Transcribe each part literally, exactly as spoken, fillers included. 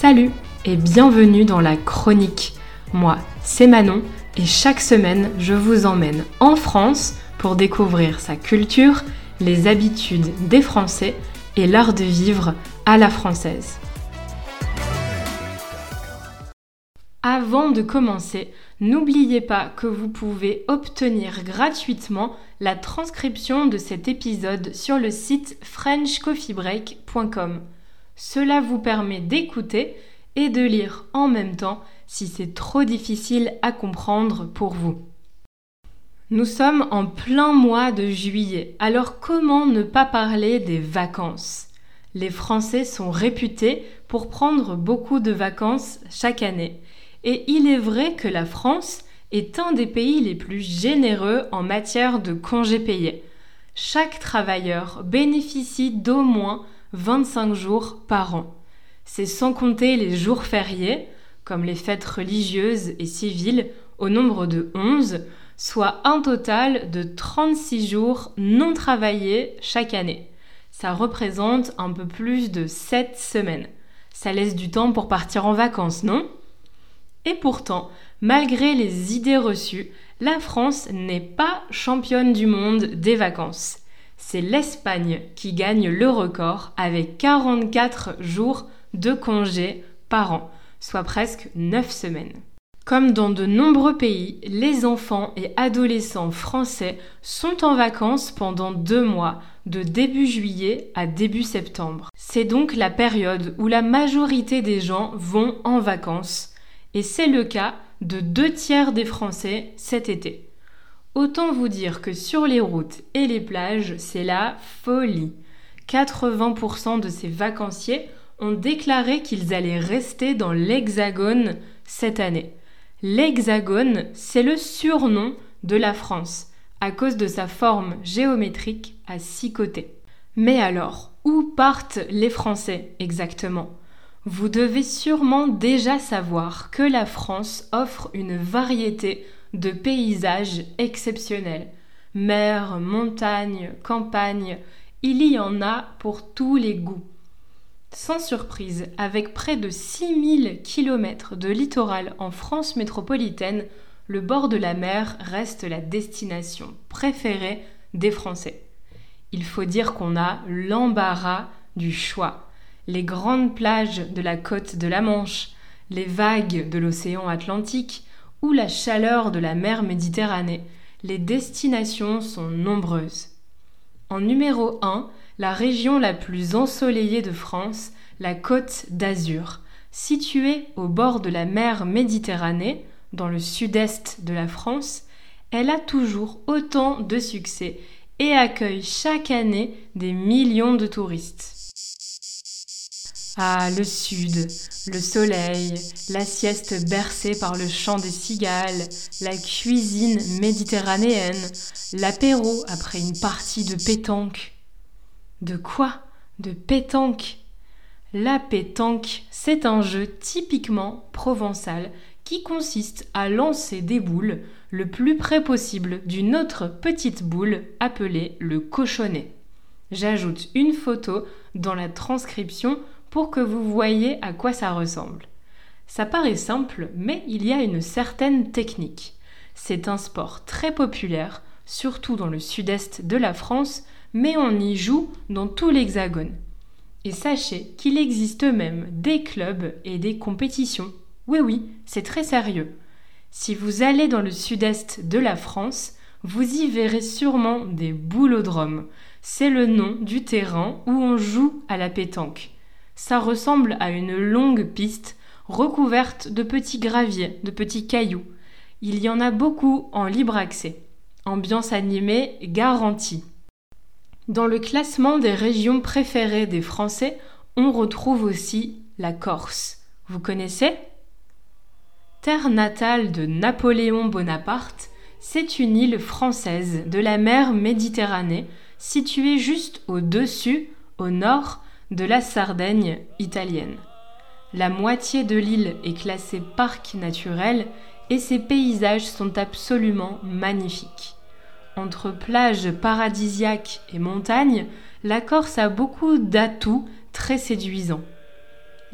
Salut et bienvenue dans la chronique. Moi, c'est Manon et chaque semaine, je vous emmène en France pour découvrir sa culture, les habitudes des Français et l'art de vivre à la française. Avant de commencer, n'oubliez pas que vous pouvez obtenir gratuitement la transcription de cet épisode sur le site french coffee break point com. Cela vous permet d'écouter et de lire en même temps si c'est trop difficile à comprendre pour vous. Nous sommes en plein mois de juillet, alors comment ne pas parler des vacances ? Les Français sont réputés pour prendre beaucoup de vacances chaque année. Et il est vrai que la France est un des pays les plus généreux en matière de congés payés. Chaque travailleur bénéficie d'au moins vingt-cinq jours par an. C'est sans compter les jours fériés, comme les fêtes religieuses et civiles, au nombre de onze, soit un total de trente-six jours non travaillés chaque année. Ça représente un peu plus de sept semaines. Ça laisse du temps pour partir en vacances, non ? Et pourtant, malgré les idées reçues, la France n'est pas championne du monde des vacances. C'est l'Espagne qui gagne le record avec quarante-quatre jours de congés par an, soit presque neuf semaines. Comme dans de nombreux pays, les enfants et adolescents français sont en vacances pendant deux mois, de début juillet à début septembre. C'est donc la période où la majorité des gens vont en vacances. Et c'est le cas de deux tiers des Français cet été. Autant vous dire que sur les routes et les plages, c'est la folie. quatre-vingts pour cent de ces vacanciers ont déclaré qu'ils allaient rester dans l'Hexagone cette année. L'Hexagone, c'est le surnom de la France, à cause de sa forme géométrique à six côtés. Mais alors, où partent les Français exactement ? Vous devez sûrement déjà savoir que la France offre une variété de paysages exceptionnels. Mer, montagne, campagne, il y en a pour tous les goûts. Sans surprise, avec près de six mille kilomètres de littoral en France métropolitaine, le bord de la mer reste la destination préférée des Français. Il faut dire qu'on a l'embarras du choix. Les grandes plages de la côte de la Manche, les vagues de l'océan Atlantique ou la chaleur de la mer Méditerranée, les destinations sont nombreuses. En numéro un, la région la plus ensoleillée de France, la Côte d'Azur, située au bord de la mer Méditerranée, dans le sud-est de la France, elle a toujours autant de succès et accueille chaque année des millions de touristes. Ah, le sud, le soleil, la sieste bercée par le chant des cigales, la cuisine méditerranéenne, l'apéro après une partie de pétanque. De quoi ? De pétanque ? La pétanque, c'est un jeu typiquement provençal qui consiste à lancer des boules le plus près possible d'une autre petite boule appelée le cochonnet. J'ajoute une photo dans la transcription pour que vous voyez à quoi ça ressemble. Ça paraît simple, mais il y a une certaine technique. C'est un sport très populaire, surtout dans le sud-est de la France, mais on y joue dans tout l'Hexagone. Et sachez qu'il existe même des clubs et des compétitions. Oui, oui, c'est très sérieux. Si vous allez dans le sud-est de la France, vous y verrez sûrement des boulodromes. C'est le nom du terrain où on joue à la pétanque. Ça ressemble à une longue piste recouverte de petits graviers, de petits cailloux. Il y en a beaucoup en libre accès. Ambiance animée garantie. Dans le classement des régions préférées des Français, on retrouve aussi la Corse. Vous connaissez ? Terre natale de Napoléon Bonaparte, c'est une île française de la mer Méditerranée, située juste au-dessus, au nord, de la Sardaigne italienne. La moitié de l'île est classée parc naturel et ses paysages sont absolument magnifiques. Entre plages paradisiaques et montagnes, la Corse a beaucoup d'atouts très séduisants.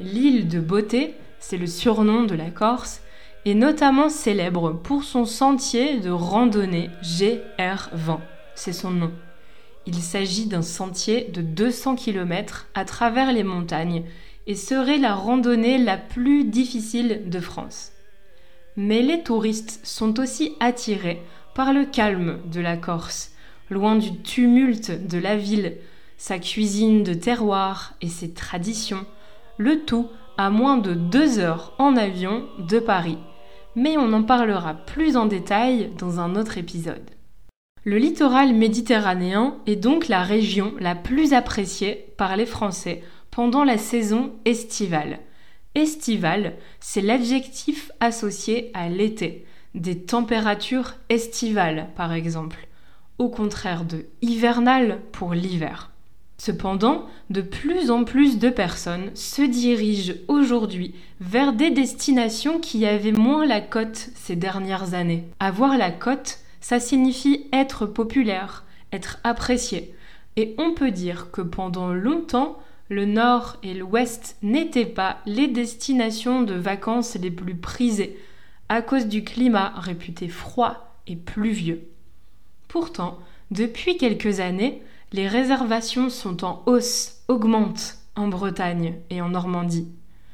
L'île de Beauté, c'est le surnom de la Corse, est notamment célèbre pour son sentier de randonnée G R vingt, c'est son nom. Il s'agit d'un sentier de deux cents kilomètres à travers les montagnes et serait la randonnée la plus difficile de France. Mais les touristes sont aussi attirés par le calme de la Corse, loin du tumulte de la ville, sa cuisine de terroir et ses traditions, le tout à moins de deux heures en avion de Paris. Mais on en parlera plus en détail dans un autre épisode. Le littoral méditerranéen est donc la région la plus appréciée par les Français pendant la saison estivale. Estivale, c'est l'adjectif associé à l'été, des températures estivales par exemple, au contraire de hivernale pour l'hiver. Cependant, de plus en plus de personnes se dirigent aujourd'hui vers des destinations qui avaient moins la cote ces dernières années. Avoir la cote, ça signifie être populaire, être apprécié. Et on peut dire que pendant longtemps, le Nord et l'Ouest n'étaient pas les destinations de vacances les plus prisées, à cause du climat réputé froid et pluvieux. Pourtant, depuis quelques années, les réservations sont en hausse, augmentent en Bretagne et en Normandie.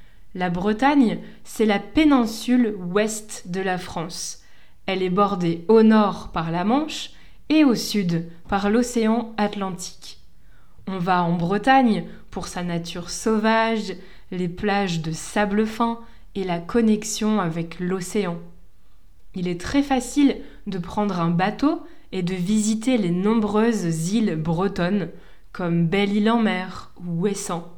La Bretagne, c'est la péninsule ouest de la France. Elle est bordée au nord par la Manche et au sud par l'océan Atlantique. On va en Bretagne pour sa nature sauvage, les plages de sable fin et la connexion avec l'océan. Il est très facile de prendre un bateau et de visiter les nombreuses îles bretonnes comme Belle-Île-en-Mer ou Ouessant.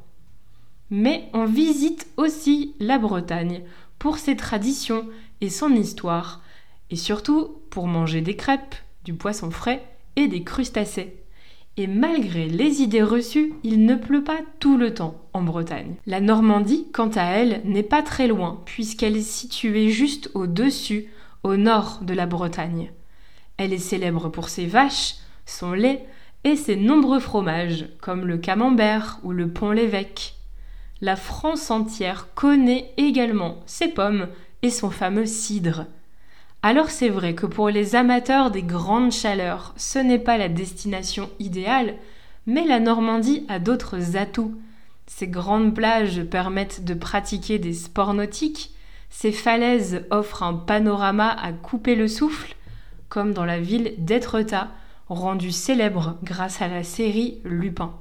Mais on visite aussi la Bretagne pour ses traditions et son histoire, et surtout pour manger des crêpes, du poisson frais et des crustacés. Et malgré les idées reçues, il ne pleut pas tout le temps en Bretagne. La Normandie, quant à elle, n'est pas très loin, puisqu'elle est située juste au-dessus, au nord de la Bretagne. Elle est célèbre pour ses vaches, son lait et ses nombreux fromages, comme le camembert ou le pont-l'évêque. La France entière connaît également ses pommes et son fameux cidre. Alors c'est vrai que pour les amateurs des grandes chaleurs, ce n'est pas la destination idéale, mais la Normandie a d'autres atouts. Ses grandes plages permettent de pratiquer des sports nautiques, ses falaises offrent un panorama à couper le souffle, comme dans la ville d'Étretat, rendue célèbre grâce à la série Lupin.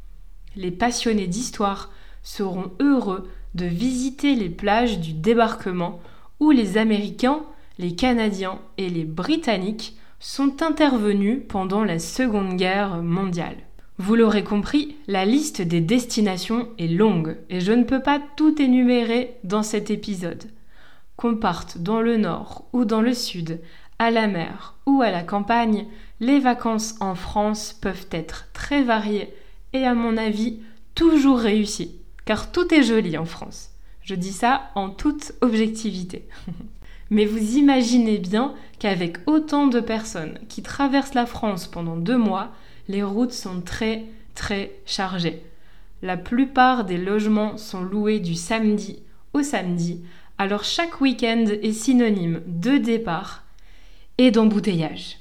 Les passionnés d'histoire seront heureux de visiter les plages du débarquement où les Américains, les Canadiens et les Britanniques sont intervenus pendant la Seconde Guerre mondiale. Vous l'aurez compris, la liste des destinations est longue et je ne peux pas tout énumérer dans cet épisode. Qu'on parte dans le nord ou dans le sud, à la mer ou à la campagne, les vacances en France peuvent être très variées et à mon avis toujours réussies, car tout est joli en France. Je dis ça en toute objectivité. Mais vous imaginez bien qu'avec autant de personnes qui traversent la France pendant deux mois, les routes sont très très chargées. La plupart des logements sont loués du samedi au samedi, alors chaque week-end est synonyme de départ et d'embouteillage.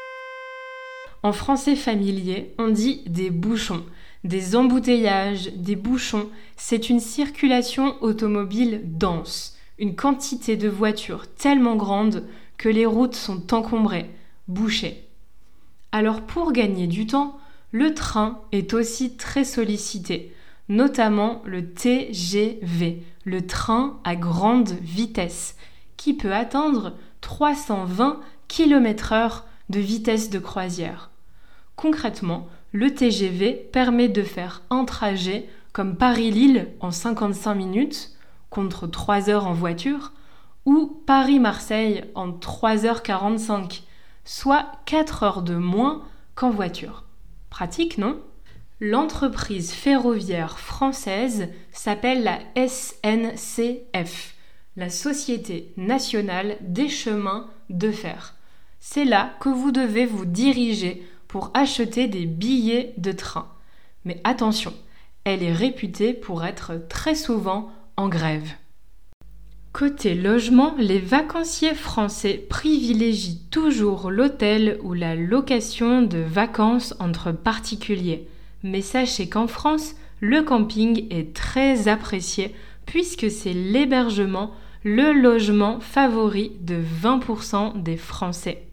En français familier, on dit des bouchons, des embouteillages, des bouchons. C'est une circulation automobile dense, une quantité de voitures tellement grande que les routes sont encombrées, bouchées. Alors pour gagner du temps, le train est aussi très sollicité, notamment le T G V, le train à grande vitesse, qui peut atteindre trois cent vingt kilomètres heure de vitesse de croisière. Concrètement, le T G V permet de faire un trajet comme Paris-Lille en cinquante-cinq minutes, contre trois heures en voiture, ou Paris-Marseille en trois heures quarante-cinq, soit quatre heures de moins qu'en voiture. Pratique, non ? L'entreprise ferroviaire française s'appelle la S N C F, la Société nationale des chemins de fer. C'est là que vous devez vous diriger pour acheter des billets de train. Mais attention, elle est réputée pour être très souvent en grève. Côté logement, les vacanciers français privilégient toujours l'hôtel ou la location de vacances entre particuliers. Mais sachez qu'en France, le camping est très apprécié puisque c'est l'hébergement, le logement favori de vingt pour cent des Français.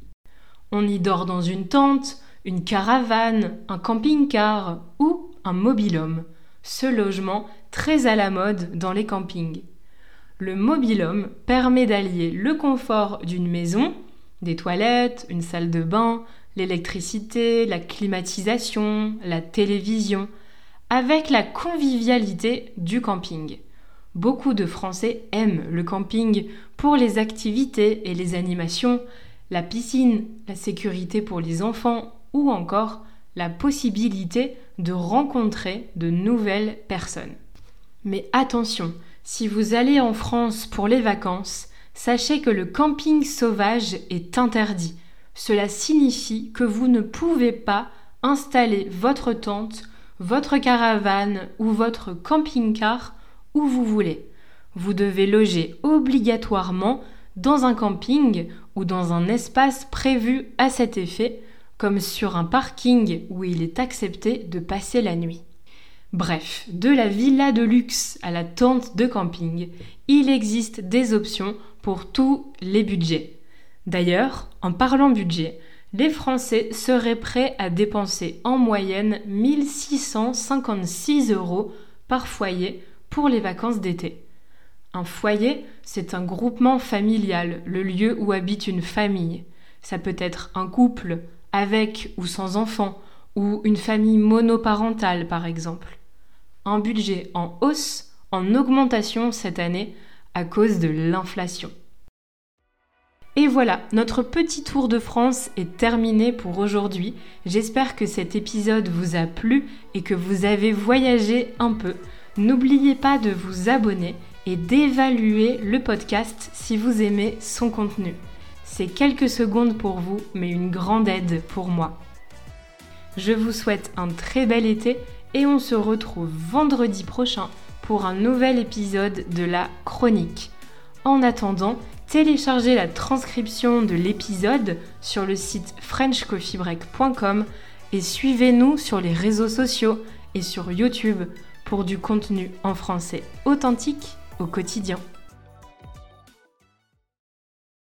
On y dort dans une tente, une caravane, un camping-car ou un mobil-home. Ce logement très à la mode dans les campings. Le mobil-home permet d'allier le confort d'une maison, des toilettes, une salle de bain, l'électricité, la climatisation, la télévision, avec la convivialité du camping. Beaucoup de Français aiment le camping pour les activités et les animations, la piscine, la sécurité pour les enfants ou encore la possibilité de rencontrer de nouvelles personnes. Mais attention, si vous allez en France pour les vacances, sachez que le camping sauvage est interdit. Cela signifie que vous ne pouvez pas installer votre tente, votre caravane ou votre camping-car où vous voulez. Vous devez loger obligatoirement dans un camping ou dans un espace prévu à cet effet, comme sur un parking où il est accepté de passer la nuit. Bref, de la villa de luxe à la tente de camping, il existe des options pour tous les budgets. D'ailleurs, en parlant budget, les Français seraient prêts à dépenser en moyenne mille six cent cinquante-six euros par foyer pour les vacances d'été. Un foyer, c'est un groupement familial, le lieu où habite une famille. Ça peut être un couple, avec ou sans enfants, ou une famille monoparentale par exemple. Un budget en hausse, en augmentation cette année à cause de l'inflation. Et voilà, notre petit tour de France est terminé pour aujourd'hui. J'espère que cet épisode vous a plu et que vous avez voyagé un peu. N'oubliez pas de vous abonner et d'évaluer le podcast si vous aimez son contenu. C'est quelques secondes pour vous, mais une grande aide pour moi. Je vous souhaite un très bel été et on se retrouve vendredi prochain pour un nouvel épisode de la chronique. En attendant, téléchargez la transcription de l'épisode sur le site french coffee break point com et suivez-nous sur les réseaux sociaux et sur YouTube pour du contenu en français authentique au quotidien.